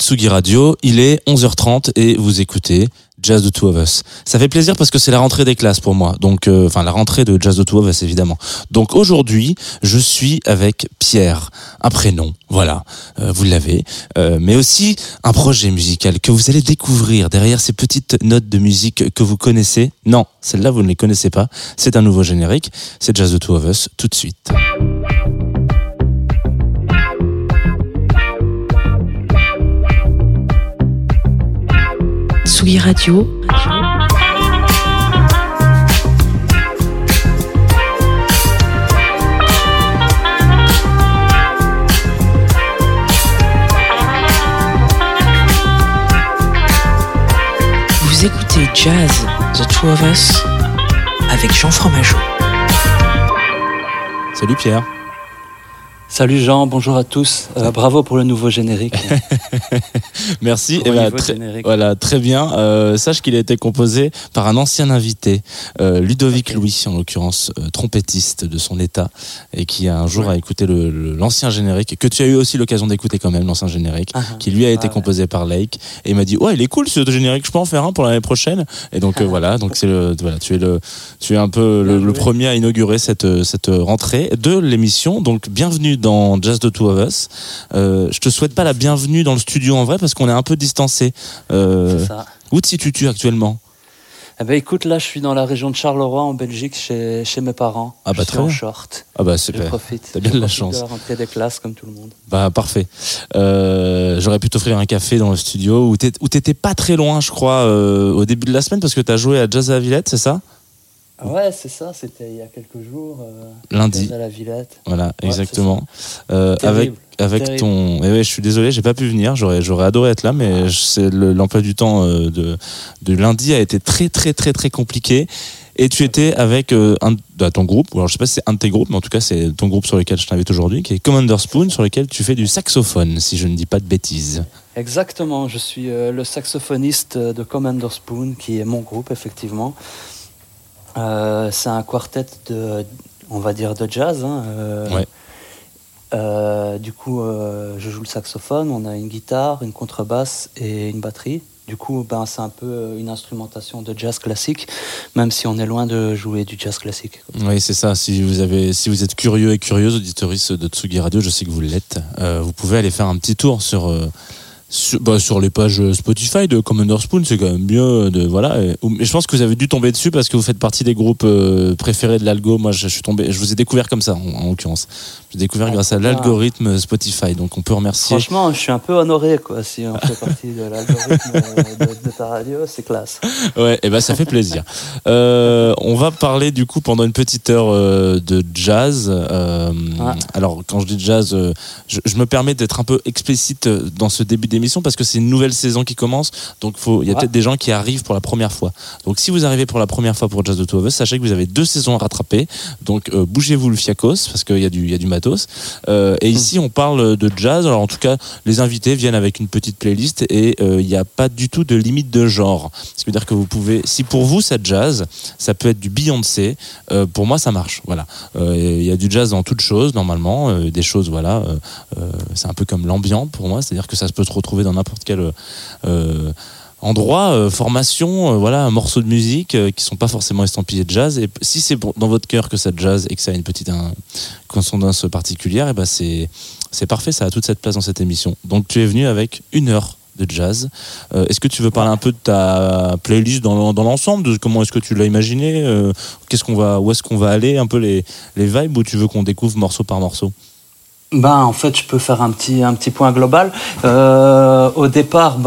Tsugi Radio, il est 11h30 et vous écoutez Jazz the Two of Us. Ça fait plaisir parce que c'est la rentrée des classes pour moi, donc la rentrée de Jazz the Two of Us évidemment. Donc aujourd'hui, je suis avec Pierre, un prénom, voilà, vous l'avez, mais aussi un projet musical que vous allez découvrir derrière ces petites notes de musique que vous connaissez. Non, celles-là vous ne les connaissez pas, c'est un nouveau générique, c'est Jazz the Two of Us tout de suite. Tsugi Radio. Vous écoutez Jazz The Two of Us avec Jean Fromageau. Salut Pierre. Salut Jean, bonjour à tous. Bravo pour le nouveau générique. Merci. Très bien. Sache qu'il a été composé par un ancien invité, Ludovic Louis, en l'occurrence trompettiste de son état, et qui un jour a écouté l'ancien générique, que tu as eu aussi l'occasion d'écouter quand même, l'ancien générique, qui lui a été composé par Lake, et il m'a dit il est cool ce générique, je peux en faire un pour l'année prochaine. Et donc donc tu es un peu le premier à inaugurer cette rentrée de l'émission. Donc bienvenue dans Jazz the Two of Us. Je te souhaite pas la bienvenue dans le studio en vrai parce qu'on est un peu distancé. C'est ça. Où te situes actuellement ? Eh ben écoute, là je suis dans la région de Charleroi en Belgique chez mes parents. Je suis en short. Ah bah super. Je profite. T'as bien de la chance. De la rentrée des classes comme tout le monde. Bah parfait. J'aurais pu t'offrir un café dans le studio où t'étais pas très loin, je crois, au début de la semaine parce que t'as joué à Jazz à la Villette, c'est ça ? Ouais, c'est ça, c'était il y a quelques jours. Lundi. À la Villette. Voilà, exactement. Avec ton. Et ouais, je suis désolé, j'ai pas pu venir. J'aurais adoré être là, mais l'emploi du temps de lundi a été très très très très compliqué. Et tu étais avec ton groupe. Alors je sais pas si c'est un de tes groupes, mais en tout cas c'est ton groupe sur lequel je t'invite aujourd'hui, qui est Commander Spoon, sur lequel tu fais du saxophone, si je ne dis pas de bêtises. Exactement, je suis le saxophoniste de Commander Spoon, qui est mon groupe effectivement. C'est un quartet on va dire de jazz. Du coup, je joue le saxophone, on a une guitare, une contrebasse et une batterie. Du coup, c'est un peu une instrumentation de jazz classique, même si on est loin de jouer du jazz classique. Oui, c'est ça. Si vous êtes curieux et curieuse, auditoristes de Tsugi Radio, je sais que vous l'êtes, vous pouvez aller faire un petit tour sur les pages Spotify de Commander Spoon, c'est quand même mieux et je pense que vous avez dû tomber dessus parce que vous faites partie des groupes préférés de l'algo. Moi je vous ai découvert comme ça en l'occurrence. J'ai découvert grâce à l'algorithme Spotify, donc on peut remercier. Franchement, je suis un peu honoré si on fait partie de l'algorithme de ta radio, c'est classe. Ouais, et ça fait plaisir. On va parler du coup pendant une petite heure de jazz. Alors quand je dis jazz, je me permets d'être un peu explicite dans ce début d'émission parce que c'est une nouvelle saison qui commence, donc il y a peut-être des gens qui arrivent pour la première fois. Donc si vous arrivez pour la première fois pour Jazz the Two of Us, sachez que vous avez 2 saisons à rattraper, donc bougez-vous le fiacos parce qu'il y a du matos. Et ici on parle de jazz. Alors en tout cas les invités viennent avec une petite playlist et il n'y a pas du tout de limite de genre. Ce qui veut dire que vous pouvez, si pour vous ça jazz, ça peut être du Beyoncé, pour moi ça marche. Voilà. Il y a du jazz dans toutes choses normalement, des choses c'est un peu comme l'ambient pour moi, c'est-à-dire que ça se peut se retrouver dans n'importe quel endroit, formation, un morceau de musique qui sont pas forcément estampillés de jazz. Et si c'est dans votre cœur que ça jazz et que ça a une petite consonance particulière, c'est parfait, ça a toute cette place dans cette émission. Donc tu es venu avec 1 heure de jazz. Est-ce que tu veux parler un peu de ta playlist dans l'ensemble, de comment est-ce que tu l'as imaginé, où est-ce qu'on va aller, un peu les vibes, ou tu veux qu'on découvre morceau par morceau? En fait, je peux faire un petit point global. Au départ,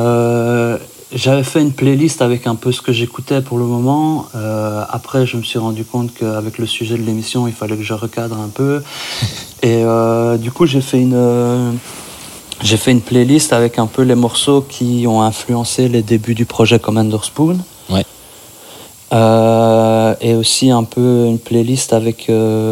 j'avais fait une playlist avec un peu ce que j'écoutais pour le moment. Après, je me suis rendu compte qu'avec le sujet de l'émission, il fallait que je recadre un peu. Et du coup, j'ai fait une playlist avec un peu les morceaux qui ont influencé les débuts du projet Commander Spoon. Ouais. Et aussi un peu une playlist avec...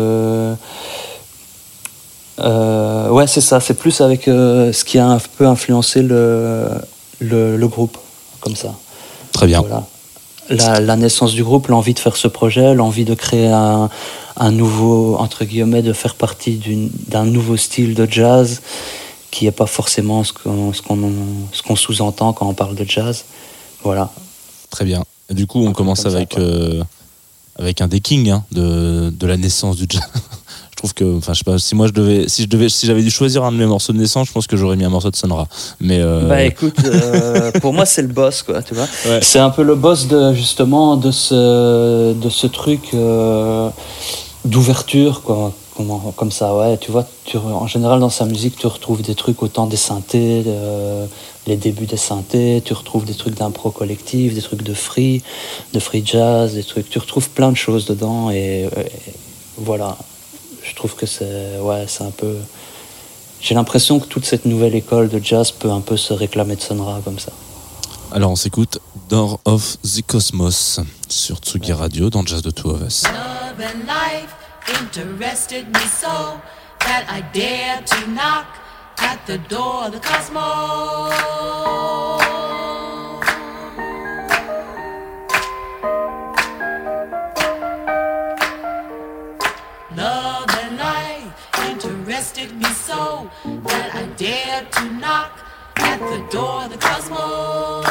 c'est ça, c'est plus avec ce qui a un peu influencé le groupe, comme ça. Très bien. Voilà. La naissance du groupe, l'envie de faire ce projet, l'envie de créer un nouveau, entre guillemets, de faire partie d'un nouveau style de jazz qui est pas forcément ce qu'on sous-entend quand on parle de jazz. Voilà. Très bien. Et du coup, on commence avec un des kings de la naissance du jazz. Je trouve que, enfin, je sais pas, si j'avais dû choisir un de mes morceaux de naissance, je pense que j'aurais mis un morceau de Sun Ra. Mais bah écoute, pour moi c'est le boss, quoi, tu vois. Ouais. C'est un peu le boss de ce truc d'ouverture, quoi. Comme ça, ouais, tu vois, en général dans sa musique tu retrouves des trucs autant des synthés, les débuts des synthés, tu retrouves des trucs d'impro collectif, des trucs de free jazz, des trucs, tu retrouves plein de choses dedans et voilà. Je trouve que c'est un peu... J'ai l'impression que toute cette nouvelle école de jazz peut un peu se réclamer de Sun Ra comme ça. Alors on s'écoute Door of the Cosmos sur Tsugi Radio dans Jazz The Two of Us. Love and life interested me so that I dare to knock at the door of the cosmos. Love and life interested me so that I dared to knock at the door of the cosmos.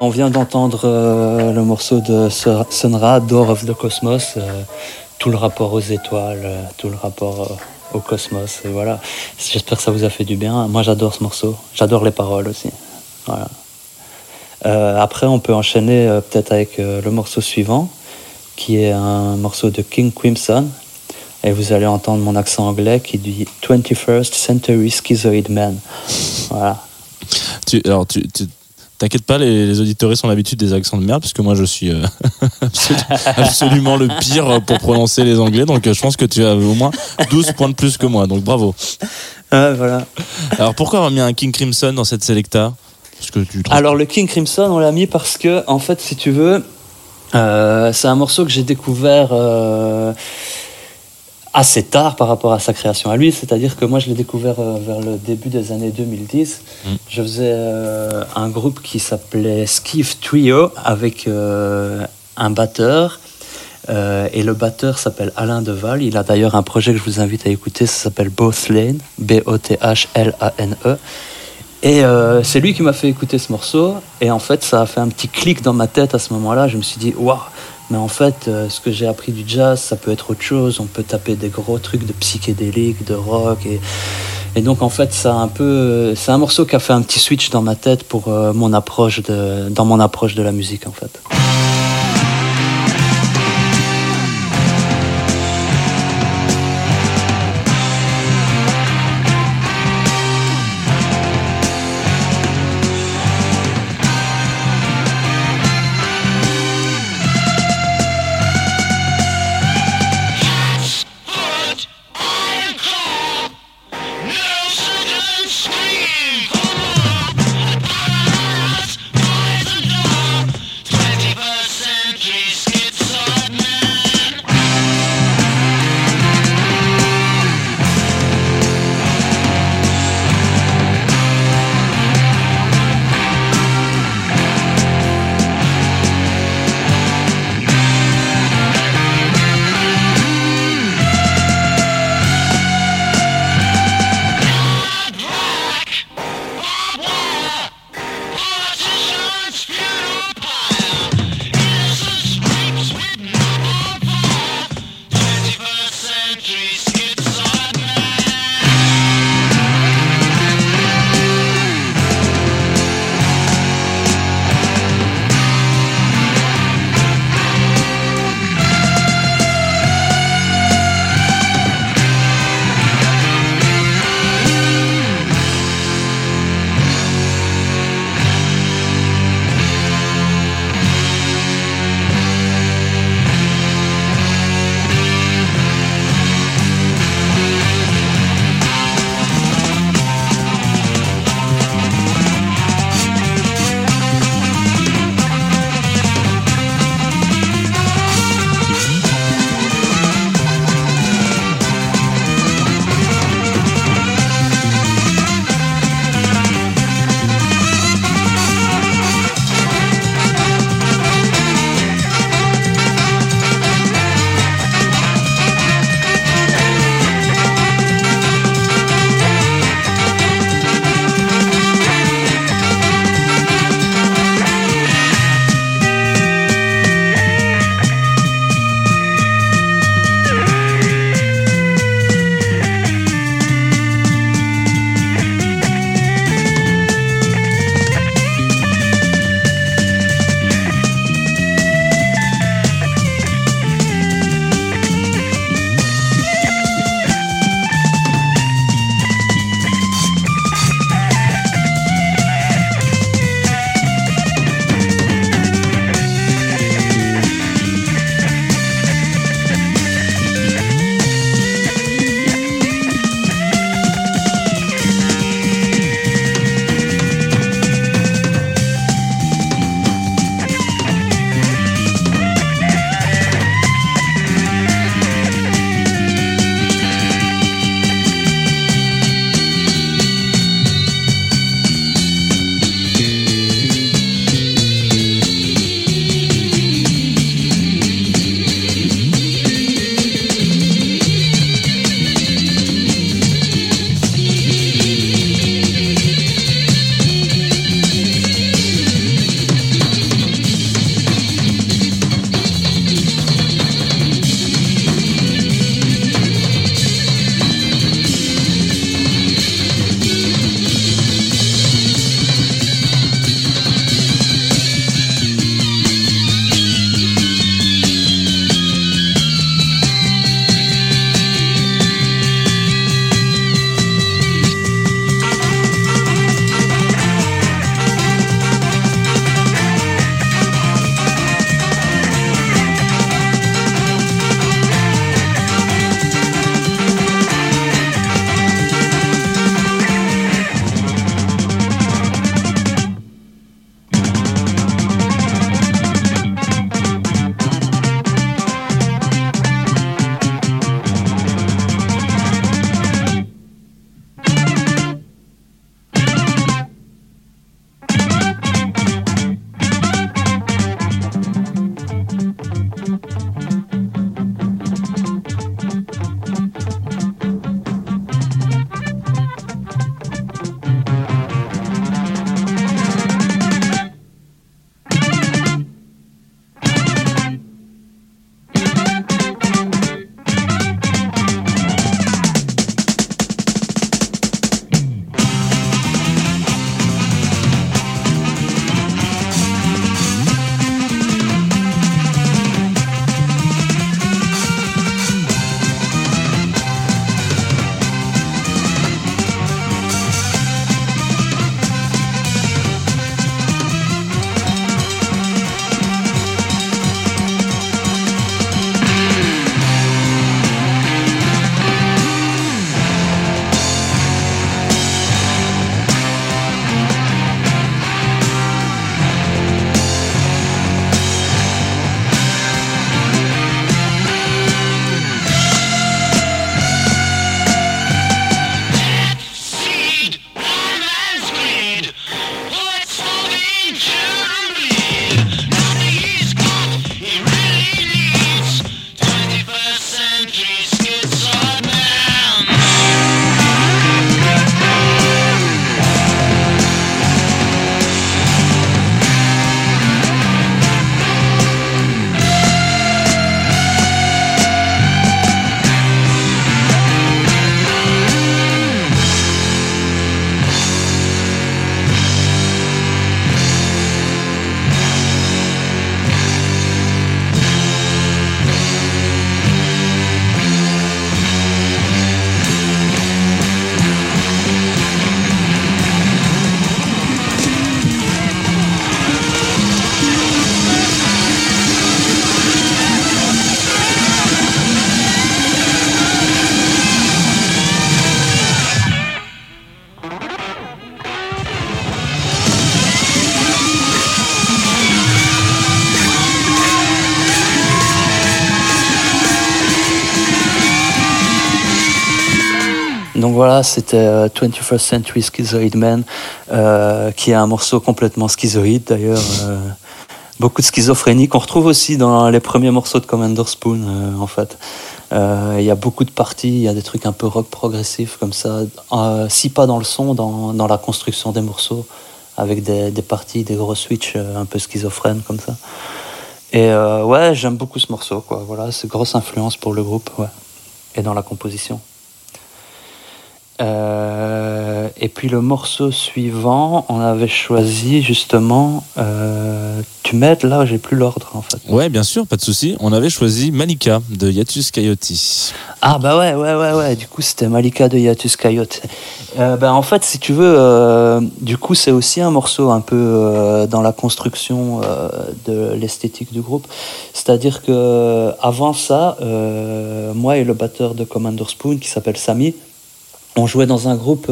On vient d'entendre le morceau de Sun Ra, Door of the Cosmos, tout le rapport aux étoiles, tout le rapport au cosmos. Et voilà, j'espère que ça vous a fait du bien. Moi, j'adore ce morceau, j'adore les paroles aussi. Voilà. Après, on peut enchaîner peut-être avec le morceau suivant, qui est un morceau de King Crimson. Et vous allez entendre mon accent anglais qui dit 21st Century Schizoid Man. Voilà. T'inquiète pas, les auditeuristes ont l'habitude des accents de merde, puisque moi je suis absolument le pire pour prononcer les anglais, donc je pense que tu as au moins 12 points de plus que moi, donc bravo. Voilà. Alors pourquoi avoir mis un King Crimson dans cette Selecta? Alors le King Crimson, on l'a mis parce que, en fait, si tu veux, c'est un morceau que j'ai découvert assez tard par rapport à sa création à lui, c'est-à-dire que moi je l'ai découvert vers le début des années 2010. Je faisais un groupe qui s'appelait Skiff Trio avec un batteur et le batteur s'appelle Alain Deval. Il a d'ailleurs un projet que je vous invite à écouter, ça s'appelle Both Lane, B-O-T-H-L-A-N-E. Et c'est lui qui m'a fait écouter ce morceau, et en fait ça a fait un petit clic dans ma tête à ce moment-là. Je me suis dit waouh, mais en fait ce que j'ai appris du jazz, ça peut être autre chose. On peut taper des gros trucs de psychédélique, de rock, et donc en fait c'est un morceau qui a fait un petit switch dans ma tête pour dans mon approche de la musique en fait. Donc voilà, c'était 21st Century Schizoid Man, qui est un morceau complètement schizoïde d'ailleurs. Beaucoup de schizophrénie qu'on retrouve aussi dans les premiers morceaux de Commander Spoon, en fait. Il y a beaucoup de parties, il y a des trucs un peu rock progressif comme ça, si pas dans le son, dans la construction des morceaux, avec des parties, des gros switches un peu schizophrènes comme ça. Et ouais, j'aime beaucoup ce morceau, quoi. Voilà, c'est grosse influence pour le groupe, ouais. Et dans la composition. Et puis le morceau suivant, on avait choisi justement. Tu m'aides là, j'ai plus l'ordre en fait. Ouais, bien sûr, pas de souci. On avait choisi Malika de Hiatus Coyote. Ah bah ouais. Du coup, c'était Malika de Hiatus Coyote. En fait, si tu veux, du coup, c'est aussi un morceau un peu dans la construction de l'esthétique du groupe. C'est-à-dire que avant ça, moi et le batteur de Commander Spoon, qui s'appelle Samy, on jouait dans un groupe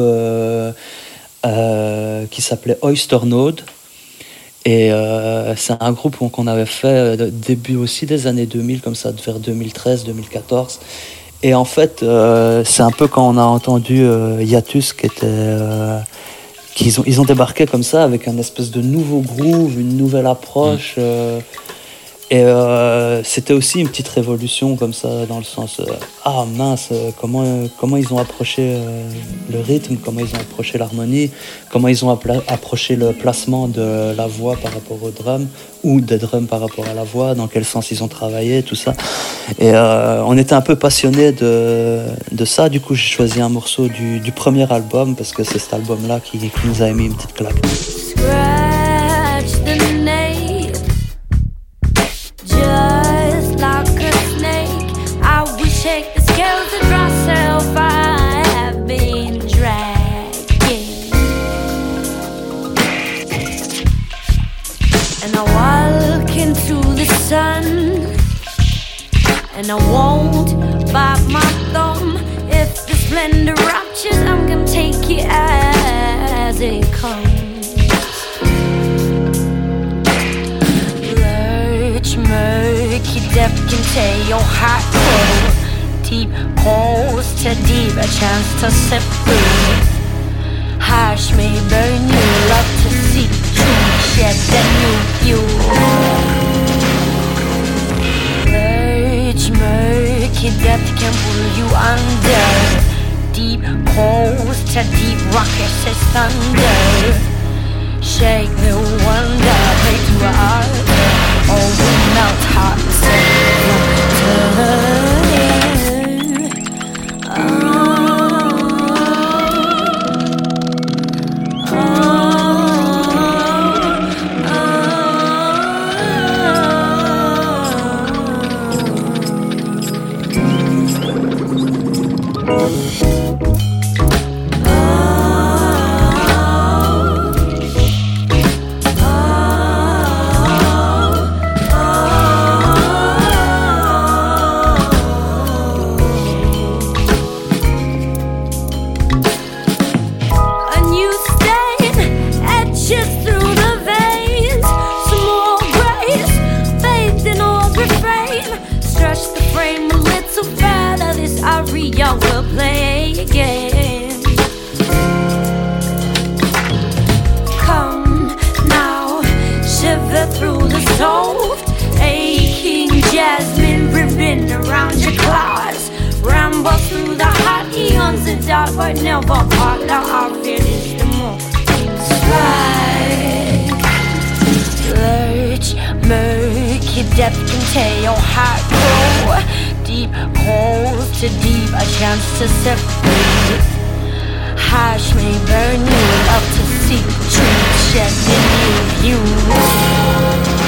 qui s'appelait Oyster Node. Et c'est un groupe qu'on avait fait début aussi des années 2000, comme ça, vers 2013-2014. Et en fait, c'est un peu quand on a entendu Hiatus qu'ils ont débarqué comme ça avec un espèce de nouveau groove, une nouvelle approche. Et c'était aussi une petite révolution comme ça, dans le sens ah mince, comment ils ont approché le rythme, comment ils ont approché l'harmonie, comment ils ont approché le placement de la voix par rapport au drum, ou des drums par rapport à la voix, dans quel sens ils ont travaillé, tout ça. Et on était un peu passionnés de ça. Du coup, j'ai choisi un morceau du premier album, parce que c'est cet album-là qui nous a mis une petite claque. Shake the scales of myself, I have been dragging. And I walk into the sun, and I won't bite my thumb. If the splendor ruptures, I'm gonna take it as it comes. Lurch, murky depth can tear your heart cold. Deep calls to deep, a chance to sip through. Hash may burn you, love to see truth shed the new you. Lurch, murky depth can pull you under. Deep calls to deep, rockets as thunder. Shake the wonder, pray to our other, or we melt hearts and turn. We'll play again. Come now, shiver through the soft, aching jasmine ribbon around your claws. Ramble through the hot eons of dark, but never part. The outfit is the morning strike. Lurch, murky depth can tear your heart grow. Deep calls to deep, a chance to separate. Hash may burn you, love to see truth shed in you.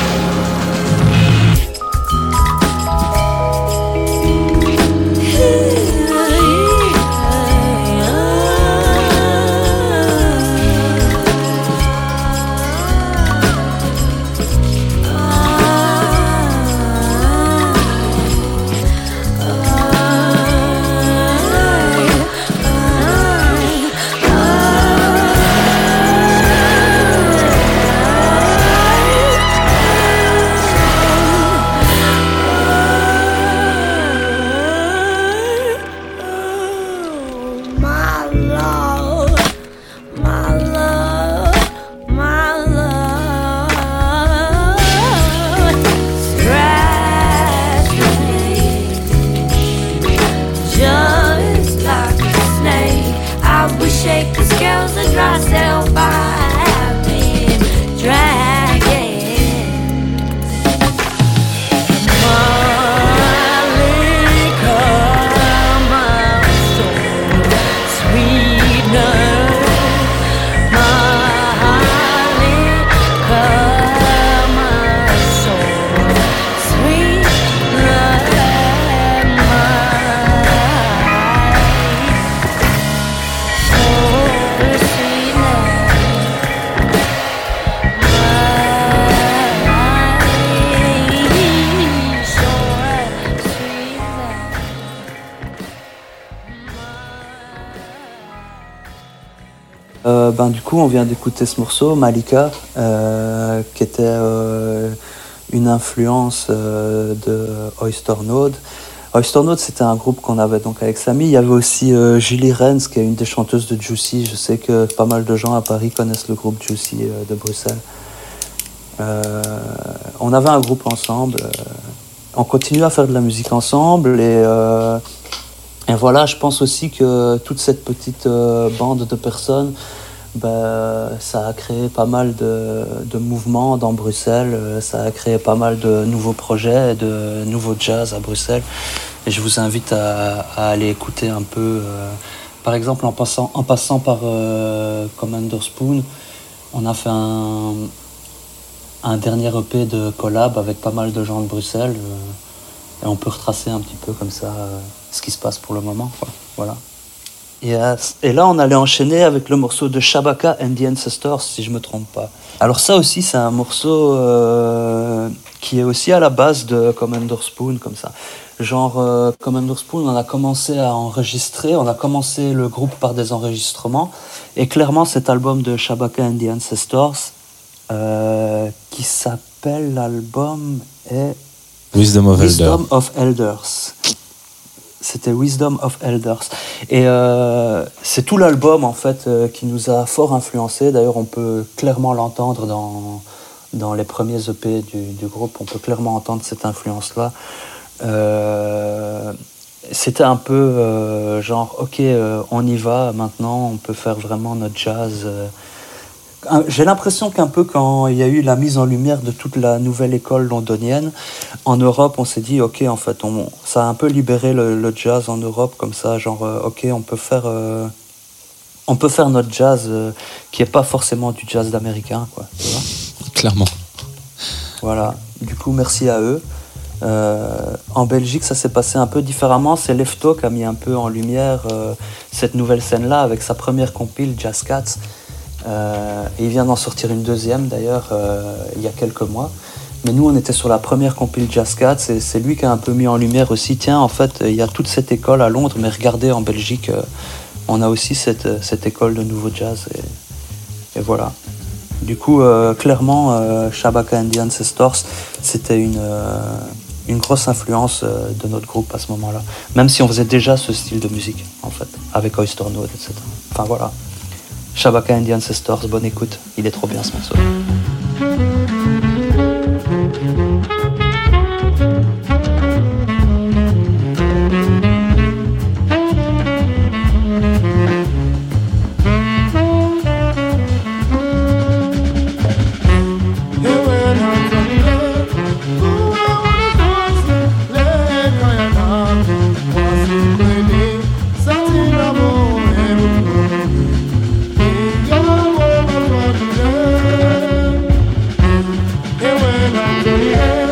du coup, on vient d'écouter ce morceau, Malika, qui était une influence de Oyster Node. Oyster Node, c'était un groupe qu'on avait donc avec Samy. Il y avait aussi Julie Renz, qui est une des chanteuses de Juicy. Je sais que pas mal de gens à Paris connaissent le groupe Juicy de Bruxelles. On avait un groupe ensemble. On continue à faire de la musique ensemble et voilà, je pense aussi que toute cette petite bande de personnes, ça a créé pas mal de mouvements dans Bruxelles, ça a créé pas mal de nouveaux projets, de nouveaux jazz à Bruxelles. Et je vous invite à aller écouter un peu, par exemple en passant par Commander Spoon, on a fait un dernier EP de collab avec pas mal de gens de Bruxelles. Et on peut retracer un petit peu comme ça ce qui se passe pour le moment, quoi. Voilà. Yes. Et là, on allait enchaîner avec le morceau de Shabaka and the Ancestors, si je me trompe pas. Alors ça aussi, c'est un morceau qui est aussi à la base de Commander Spoon, comme ça. Genre, Commander Spoon, on a commencé à enregistrer, on a commencé le groupe par des enregistrements. Et clairement, cet album de Shabaka and the Ancestors, qui s'appelle, l'album est... Wisdom of Elders. C'était Wisdom of Elders. Et c'est tout l'album, en fait, qui nous a fort influencé. D'ailleurs, on peut clairement l'entendre dans les premiers EP du groupe. On peut clairement entendre cette influence-là. C'était un peu genre, ok, on y va, maintenant, on peut faire vraiment notre jazz. J'ai l'impression qu'un peu quand il y a eu la mise en lumière de toute la nouvelle école londonienne, en Europe, on s'est dit, ok, en fait, ça a un peu libéré le jazz en Europe, comme ça, genre, ok, on peut faire notre jazz qui n'est pas forcément du jazz d'américain, quoi. Tu vois ? Clairement. Voilà, du coup, merci à eux. En Belgique, ça s'est passé un peu différemment. C'est Lefto qui a mis un peu en lumière cette nouvelle scène-là avec sa première compile, Jazz Cats. Et il vient d'en sortir une deuxième d'ailleurs il y a quelques mois. Mais nous on était sur la première compile Jazz Cats et c'est lui qui a un peu mis en lumière aussi, tiens en fait il y a toute cette école à Londres, mais regardez en Belgique on a aussi cette école de nouveau jazz et voilà. Du coup clairement Shabaka and the Ancestors c'était une grosse influence de notre groupe à ce moment-là, même si on faisait déjà ce style de musique en fait avec Oyster Node, etc. Enfin voilà. Shabaka and the Ancestors, bonne écoute, il est trop bien ce morceau. Yeah.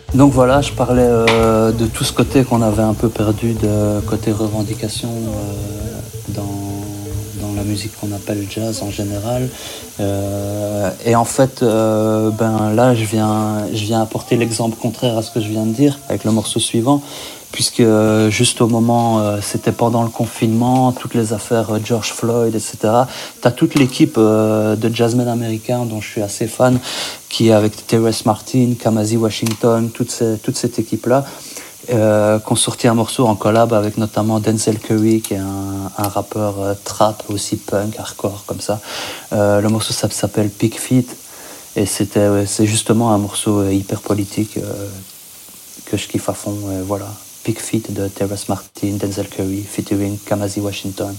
Donc voilà, je parlais de tout ce côté qu'on avait un peu perdu, de côté revendication dans la musique qu'on appelle jazz en général. Et en fait, là, je viens apporter l'exemple contraire à ce que je viens de dire avec le morceau suivant, puisque juste au moment, c'était pendant le confinement, toutes les affaires George Floyd, etc. T'as toute l'équipe de jazzmen américains dont je suis assez fan, qui est avec Terrence Martin, Kamasi Washington, toute cette équipe-là, qui ont sorti un morceau en collab avec notamment Denzel Curry, qui est un rappeur trap, aussi punk, hardcore, comme ça. Le morceau s'appelle Pig Feet, et c'est justement un morceau hyper politique que je kiffe à fond, voilà. Pig Feet de Terrence Martin, Denzel Curry, featuring Kamasi Washington.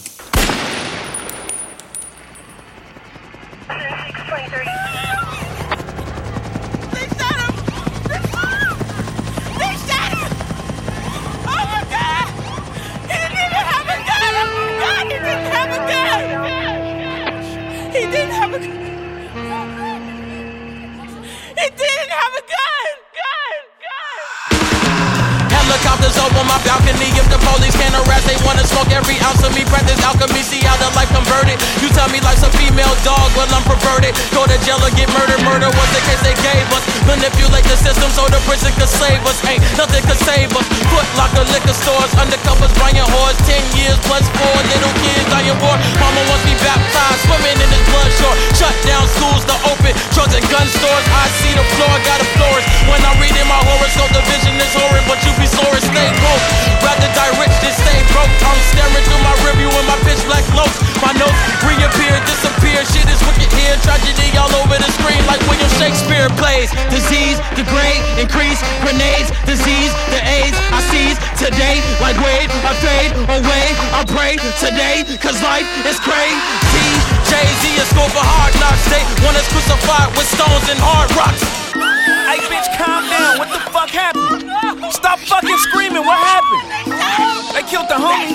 Helicopters over my balcony. If the police can't arrest, they wanna smoke every ounce of me. Practice alchemy, see how the life converted. You tell me life's a female dog, well I'm perverted. Go to jail or get murdered. Murder was the case they gave us. Manipulate the system so the prison could save us. Ain't nothing could save us. Foot locker, liquor stores, undercovers, buying whores. 10 years plus 4 little kids dying war. Mama wants me baptized, swimming in this blood shore. Shut down schools to open drugs and gun stores. I see the floor, got a florist. When I read in my horoscope, the vision is horrid, but you be sore and stay broke. Rather die rich than stay broke. I'm staring through my rearview with my pitch black loafs. My notes reappear, disappear. Shit is wicked here. Tragedy all over the screen like William Shakespeare plays. Disease, degrade, increase, grenades, disease, the AIDS I seize today. Like Wade, I fade away. I pray today, cause life is crazy. Jay-Z is score for hard knocks. They want us crucified with stones and hard rocks. Hey bitch, calm down, what the fuck happened? Stop fucking screaming, what happened? They killed the homie.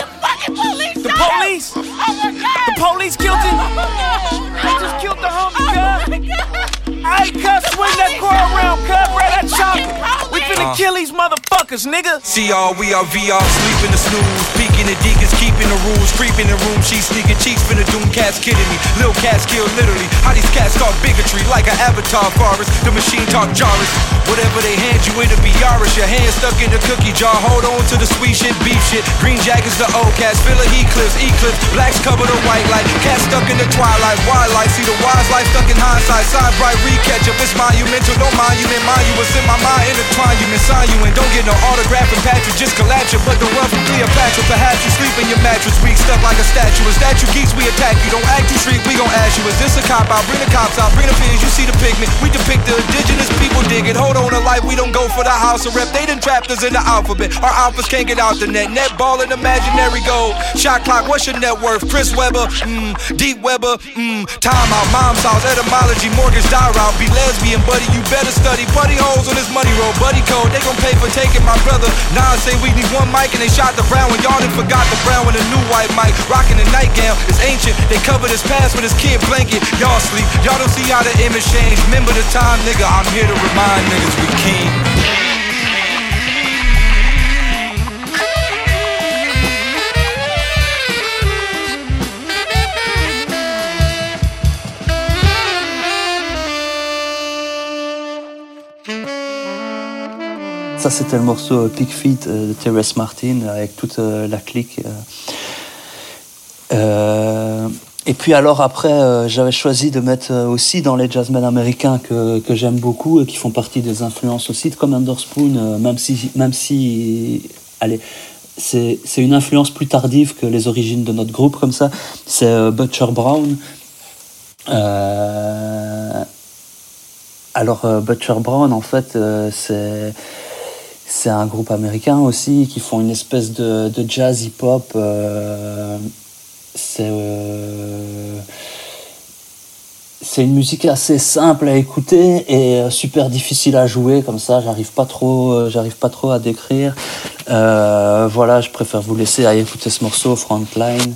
The police? The police killed him? They just killed the homie, cuz. Hey, cuz, swing that car around, cuz, bro, that chopper. We finna kill these motherfuckers, nigga. CR, we are VR, sleeping the snooze. Peeking the deacons, keeping the rules. Creeping the room, she's sneaking cheeks. Finna doom cats kidding me. Lil' cats kill literally. How these cats talk bigotry like an avatar forest. The machine talk Jarvis. Whatever they hand you, it'll be Yarish. Your hand stuck in the cookie jar. Hold on to the sweet shit, beef shit. Green jackets, the old cats. Filler eclipse. Blacks cover the white light. Cats stuck in the twilight. Wildlife, see the wise life stuck in hindsight. Side bright, recatch up. It's monumental, no monument. Mind you, what's in my mind. Intertwine you, sign you, and don't get no autograph and patches. Just collapse you, but the run from Cleopatra. Perhaps you sleep in your mattress, weak, stuck like a statue. A statue geeks, we attack you. Don't act too street, we gon' ask you. Is this a cop out? Bring the cops out, bring the pigs. You see the pigment. We depict the indigenous people dig it. Hold on to life, we don't go for the house of rep. They done trapped us in the alphabet. Our alphas can't get out the net. Net ball and imaginary goal. Shot clock, what's your net worth? Chris Webber, Deep Webber, time out. Mom's house, etymology, mortgage, die route. Be lesbian, buddy, you better study. Putty holes on this money roll, buddy code. They gon' pay for taking my brother. Nas say we need one mic and they shot the brown one. Y'all done forgot the brown with a new white mic. Rocking the nightgown, it's ancient. They covered his past with his kid blanket. Y'all sleep, y'all don't see how the image changed. Remember the time, nigga, I'm here to remind niggas we king. Ça, c'était le morceau Pig Feet de Terrence Martin avec toute la clique. Et puis alors après, j'avais choisi de mettre aussi dans les jazzmen américains que j'aime beaucoup et qui font partie des influences aussi de Commander Spoon, même si allez, c'est une influence plus tardive que les origines de notre groupe comme ça. C'est Butcher Brown. Alors Butcher Brown, en fait, c'est un groupe américain aussi qui font une espèce de jazz hip-hop. C'est une musique assez simple à écouter et super difficile à jouer, comme ça j'arrive pas trop à décrire. Voilà, je préfère vous laisser aller écouter ce morceau Frontline.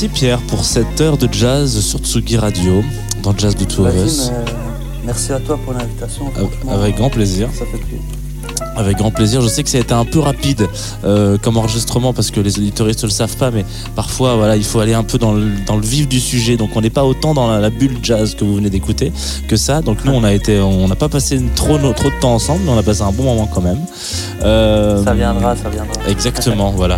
Merci Pierre pour cette heure de jazz sur Tsugi Radio, dans Jazz de Two of Us. Merci à toi pour l'invitation. Avec grand plaisir. Ça fait plaisir. Avec grand plaisir. Je sais que ça a été un peu rapide comme enregistrement parce que les auditeuristes ne le savent pas, mais parfois voilà, il faut aller un peu dans le vif du sujet. Donc on n'est pas autant dans la bulle jazz que vous venez d'écouter que ça. Donc nous on n'a pas passé trop de temps ensemble, mais on a passé un bon moment quand même. Ça viendra. Exactement, voilà.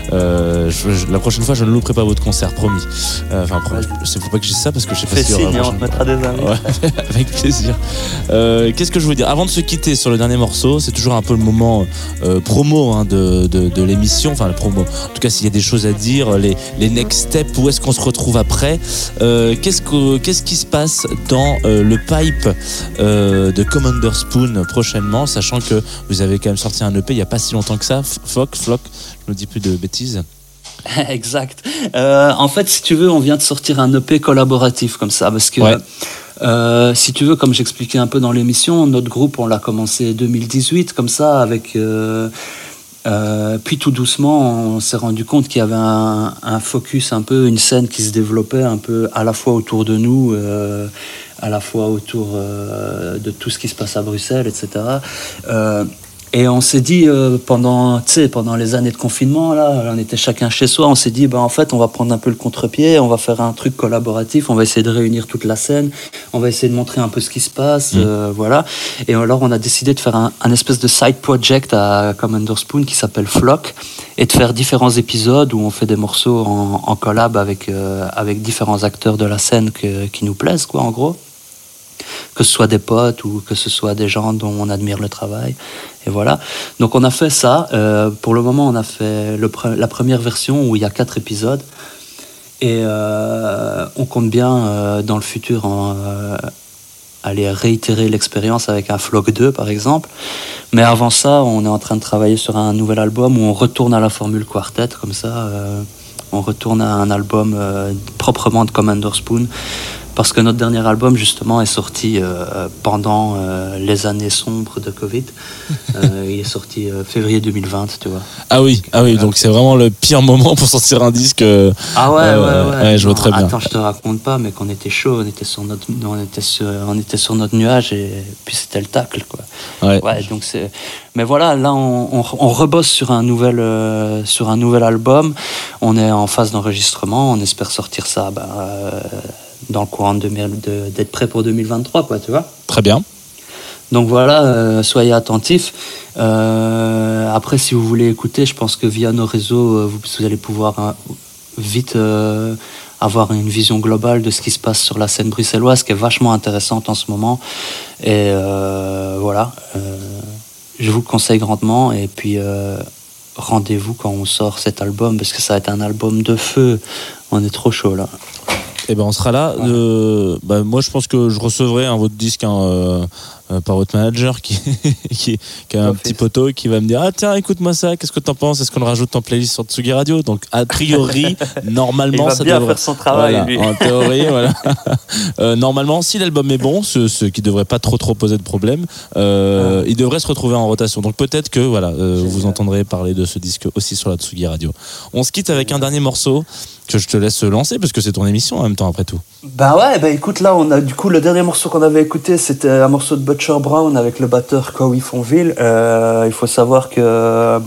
La prochaine fois je ne louperai pas votre concert, promis. Il faut pas que je dise ça parce que je sais pas si on te mettra des amis. Ouais, avec plaisir. Qu'est-ce que je veux dire avant de se quitter sur le dernier morceau, c'est toujours un peu le moment promo de l'émission, enfin le promo. En tout cas, s'il y a des choses à dire, les next steps, où est-ce qu'on se retrouve après, qu'est-ce qui se passe dans le pipe de Commander Spoon prochainement, sachant que vous avez quand même sorti un EP il n'y a pas si longtemps que ça, Flock, je ne dis plus de bêtises. Exact. En fait, si tu veux, on vient de sortir un EP collaboratif comme ça, parce que si tu veux, comme j'expliquais un peu dans l'émission, notre groupe, on l'a commencé 2018 comme ça, avec puis tout doucement, on s'est rendu compte qu'il y avait un focus, un peu une scène qui se développait un peu à la fois autour de nous, à la fois autour de tout ce qui se passe à Bruxelles, etc. Et on s'est dit, pendant les années de confinement, là, on était chacun chez soi, on s'est dit, en fait, on va prendre un peu le contre-pied, on va faire un truc collaboratif, on va essayer de réunir toute la scène, on va essayer de montrer un peu ce qui se passe, voilà. Et alors, on a décidé de faire un espèce de side project à Commander Spoon qui s'appelle Flock, et de faire différents épisodes où on fait des morceaux en collab avec différents acteurs de la scène qui nous plaisent, quoi, en gros. Que ce soit des potes ou que ce soit des gens dont on admire le travail. Et voilà. Donc on a fait ça. Pour le moment, on a fait la première version où il y a 4 épisodes. Et on compte bien dans le futur aller réitérer l'expérience avec un Flock 2 par exemple. Mais avant ça, on est en train de travailler sur un nouvel album où on retourne à la formule quartet comme ça. On retourne à un album proprement de Commander Spoon. Parce que notre dernier album, justement, est sorti pendant les années sombres de Covid. Il est sorti février 2020, tu vois. Ah oui, donc c'est vraiment le pire moment pour sortir un disque. Ah ouais. Je vois très bien. Attends, je te raconte pas, mais qu'on était chaud, on était sur notre nuage et puis c'était le tacle, quoi. Ouais, donc c'est. Mais voilà, là, on rebosse sur un nouvel album. On est en phase d'enregistrement. On espère sortir ça. Dans le courant d'être prêt pour 2023, quoi, tu vois. Très bien. Donc voilà, soyez attentifs. Après, si vous voulez écouter, je pense que via nos réseaux, vous allez pouvoir vite avoir une vision globale de ce qui se passe sur la scène bruxelloise, qui est vachement intéressante en ce moment. Et voilà, je vous le conseille grandement. Et puis, rendez-vous quand on sort cet album, parce que ça va être un album de feu. On est trop chaud, là. Eh ben on sera là. Moi je pense que je recevrai votre disque par votre manager qui a un petit poteau qui va me dire tiens écoute-moi ça, qu'est-ce que t'en penses, est-ce qu'on le rajoute en playlist sur Tsugi Radio. Donc a priori normalement ça devrait faire son travail, voilà, lui. en théorie voilà. Normalement si l'album est bon, ce qui devrait pas trop poser de problème, il devrait se retrouver en rotation. Donc peut-être que vous entendrez parler de ce disque aussi sur la Tsugi Radio. On se quitte avec un dernier morceau que je te laisse lancer parce que c'est ton émission en même temps après tout. Écoute, là on a du coup le dernier morceau qu'on avait écouté, c'était un morceau de Butcher Brown avec le batteur Cowie Fonville. Il faut savoir que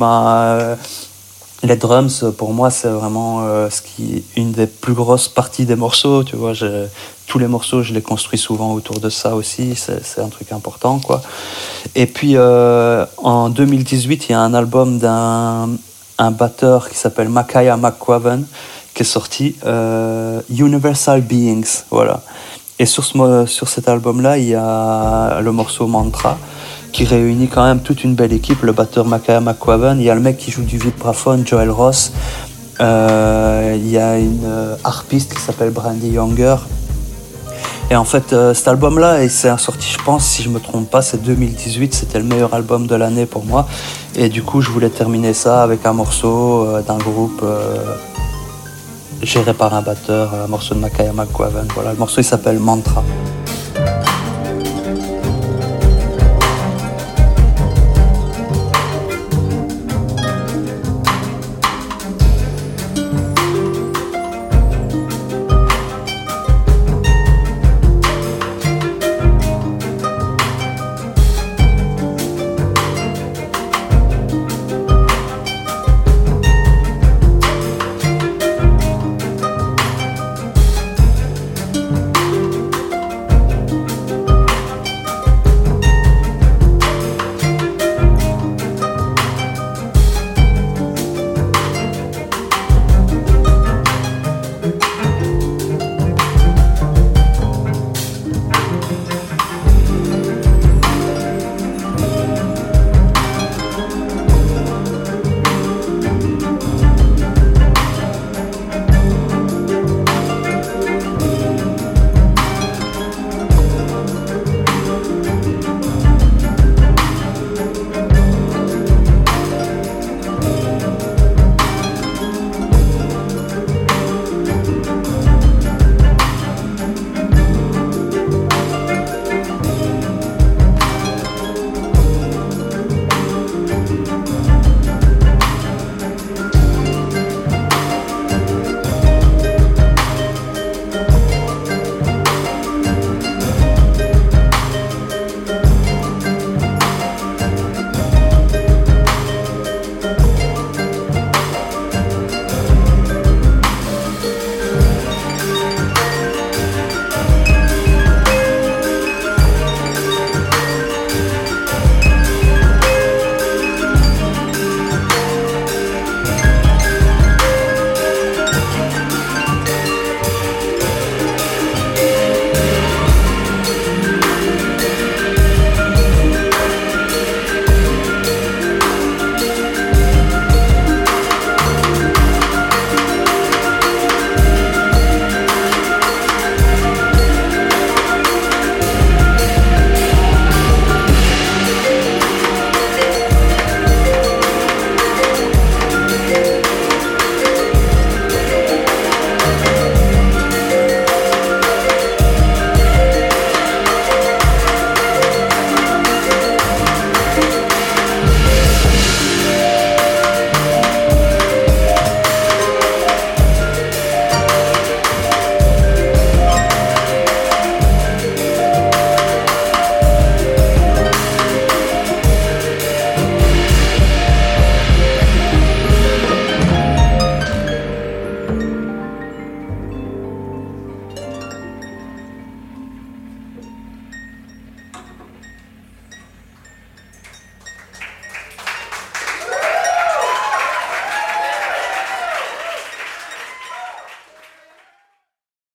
les drums pour moi c'est vraiment une des plus grosses parties des morceaux, tu vois. Tous les morceaux je les construis souvent autour de ça aussi, c'est un truc important, quoi. Et puis en 2018 il y a un album d'un batteur qui s'appelle Makaya McQuaven qui est sorti, Universal Beings, voilà. Et sur cet album-là, il y a le morceau Mantra, qui réunit quand même toute une belle équipe, le batteur Makaya McQuaven, il y a le mec qui joue du vibraphone, Joel Ross, il y a une harpiste qui s'appelle Brandy Younger. Et en fait, cet album-là, c'est sorti, je pense, si je me trompe pas, c'est 2018, c'était le meilleur album de l'année pour moi. Et du coup, je voulais terminer ça avec un morceau d'un groupe géré par un batteur, un morceau de Makaya McQuaven. Voilà, le morceau il s'appelle Mantra.